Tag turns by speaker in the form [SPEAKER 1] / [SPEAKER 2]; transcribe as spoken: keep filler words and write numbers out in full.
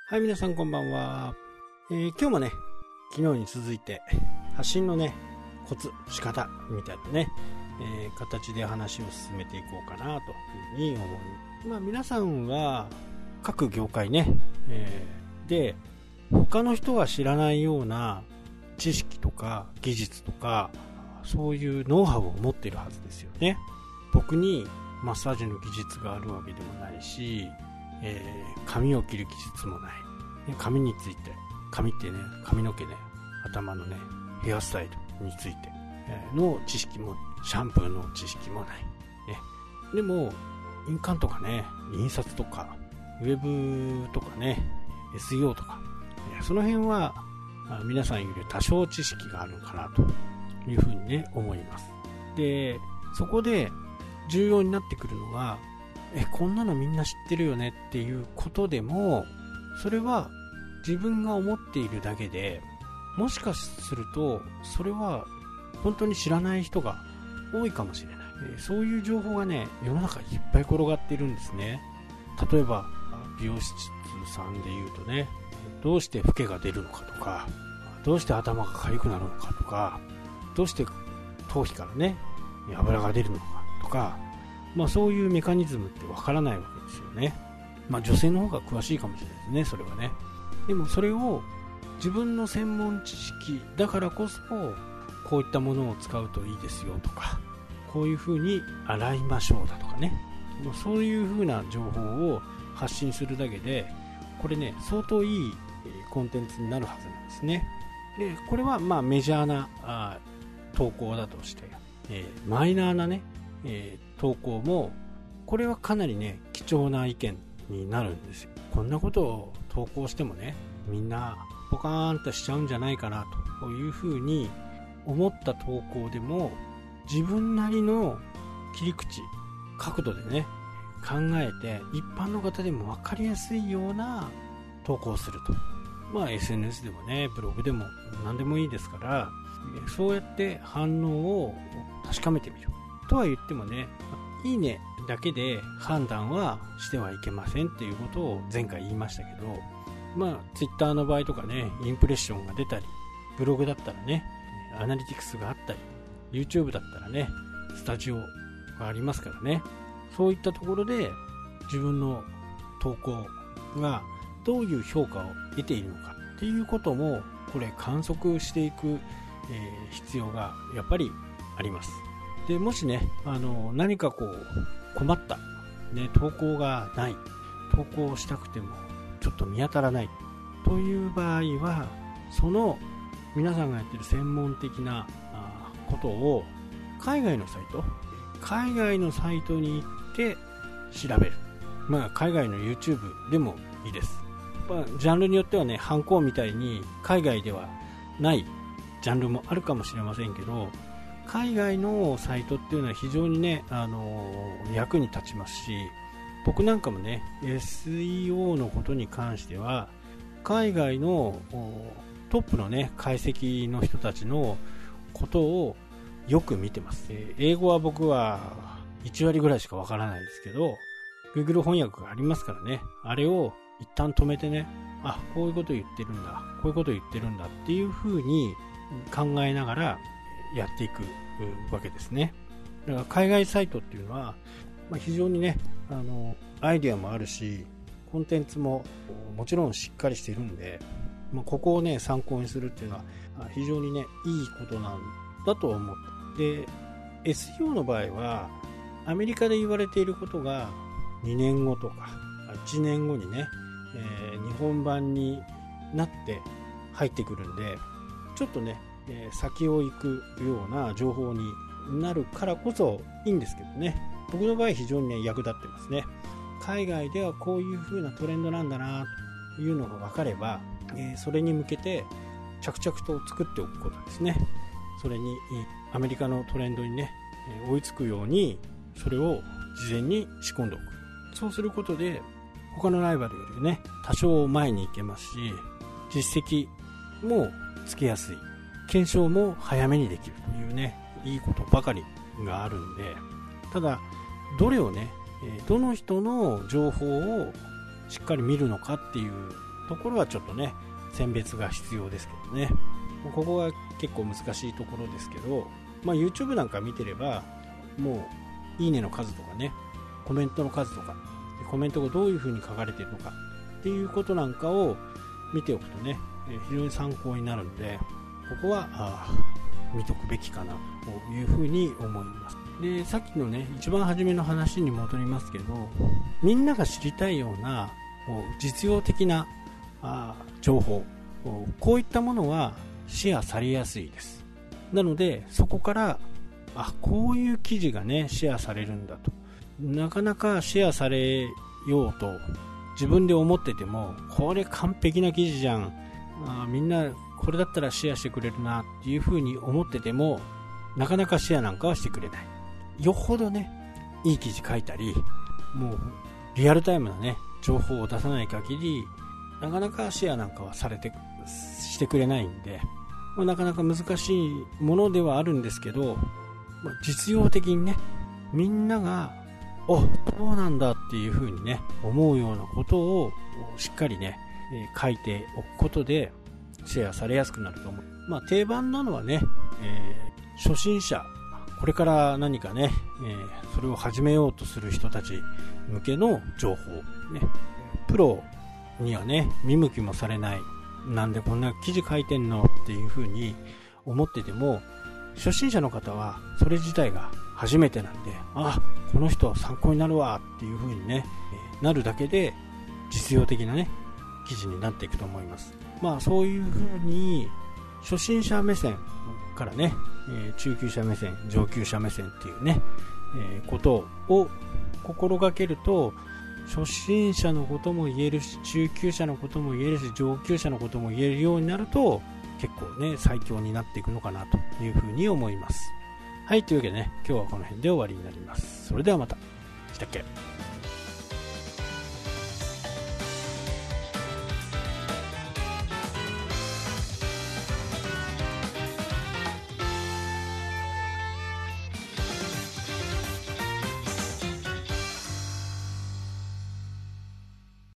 [SPEAKER 1] はい、皆さんこんばんは。えー、今日もね、昨日に続いて発信のね、コツ、仕方みたいなね、えー、形で話を進めていこうかなというふうに思い、まあ皆さんは各業界ね、えー、で他の人が知らないような知識とか技術とかそういうノウハウを持っているはずですよね。僕にマッサージの技術があるわけでもないし、えー、髪を切る技術もない、ね、髪について、髪ってね、髪の毛ね、頭のねヘアスタイルについての知識も、シャンプーの知識もない、ね、でも印鑑とかね、印刷とかウェブとかね、 エスイーオー とか、その辺は皆さんより多少知識があるのかなというふうにね思います。で、そこで重要になってくるのが、えこんなのみんな知ってるよねっていうことでも、それは自分が思っているだけで、もしかするとそれは本当に知らない人が多いかもしれない。そういう情報がね、世の中いっぱい転がっているんですね。例えば美容室さんで言うとね、どうしてフケが出るのかとか、どうして頭が痒くなるのかとか、どうして頭皮からね油が出るのかとか、まあそういうメカニズムってわからないわけですよね。まあ女性の方が詳しいかもしれないですね、それはね。でもそれを自分の専門知識だからこそ、こういったものを使うといいですよとか、こういう風に洗いましょうだとかね、そういう風な情報を発信するだけで、これね相当いいコンテンツになるはずなんですね。で、これはまあメジャーなあ投稿だとして、えー、マイナーなね、えー、投稿もこれはかなりね貴重な意見になるんですよ。こんなことを投稿してもね、みんなポカーンとしちゃうんじゃないかなというふうに思った投稿でも、自分なりの切り口、角度でね考えて、一般の方でも分かりやすいような投稿をすると。まあ エスエヌエス でもね、ブログでも何でもいいですから、そうやって反応を確かめてみるとは言ってもね、いいねだけで判断はしてはいけませんっていうことを前回言いましたけど、まあ Twitter の場合とかね、インプレッションが出たり、ブログだったらねアナリティクスがあったり、 YouTube だったらねスタジオがありますからね、そういったところで自分の投稿がどういう評価を得ているのかっていうことも、これ観測していく、えー、必要がやっぱりあります。で、もしね、あの何かこう困った、ね、投稿がない、投稿したくてもちょっと見当たらないという場合は、その皆さんがやっている専門的なことを海外のサイト海外のサイトに行って調べる。まあ海外の YouTube でもいいです。まあ、ジャンルによってはね、ハンコみたいに海外ではないジャンルもあるかもしれませんけど、海外のサイトっていうのは非常にね、あのー、役に立ちますし、僕なんかもね エスイーオー のことに関しては海外のトップのね解析の人たちのことをよく見てます。えー、英語は僕はいち割ぐらいしかわからないですけど、 Google 翻訳がありますからね、あれを一旦止めてね、あ、こういうこと言ってるんだ、こういうこと言ってるんだっていう風に考えながらやっていくわけですね。だから海外サイトっていうのは、まあ、非常にね、あのアイデアもあるし、コンテンツももちろんしっかりしているんで、まあ、ここをね参考にするっていうのは非常にねいいことなんだと思って、 エスイーオー の場合はアメリカで言われていることがにねんごとかいちねんごにね、えー、日本版になって入ってくるんで、ちょっとね、えー、先を行くような情報になるからこそいいんですけどね、僕の場合非常にね役立ってますね。海外ではこういう風なトレンドなんだなというのが分かれば、えー、それに向けて着々と作っておくことですね。それにアメリカのトレンドにね追いつくように、それを事前に仕込んでおく。そうすることで他のライバルよりね多少前に行けますし、実績もつけやすい、検証も早めにできるというね、いいことばかりがあるんで、ただどれをね、どの人の情報をしっかり見るのかっていうところはちょっとね選別が必要ですけどね。ここが結構難しいところですけど、まあ、YouTube なんか見てればもういいねの数とかね、コメントの数とか、コメントがどういう風に書かれているのかっていうことなんかを見ておくとね、非常に参考になるので、ここはあ見とくべきかなというふうに思います。で、さっきのね一番初めの話に戻りますけど、みんなが知りたいような実用的なあ情報、こういったものはシェアされやすいです。なのでそこからあこういう記事がねシェアされるんだと、なかなかシェアされようと自分で思ってても、これ完璧な記事じゃん、あみんなこれだったらシェアしてくれるなっていう風に思ってても、なかなかシェアなんかはしてくれない。よほどねいい記事書いたり、もうリアルタイムなね情報を出さない限り、なかなかシェアなんかはされてしてくれないんで、まあ、なかなか難しいものではあるんですけど、まあ、実用的にねみんながおそうなんだっていう風にね思うようなことをしっかりね、えー、書いておくことでシェアされやすくなると思う。まあ定番なのはね、えー、初心者、これから何かね、えー、それを始めようとする人たち向けの情報ね、プロにはね見向きもされない、なんでこんな記事書いてんのっていう風に思ってても、初心者の方はそれ自体が初めてなんで、あこの人参考になるわっていう風にね、えー、なるだけで実用的なね記事になっていくと思います。まあそういう風に初心者目線からね、えー、中級者目線、上級者目線っていうね、えー、ことを心がけると、初心者のことも言えるし、中級者のことも言えるし、上級者のことも言えるようになると、結構ね最強になっていくのかなというふうに思います。はい、というわけでね今日はこの辺で終わりになります。それではまた。したっけ。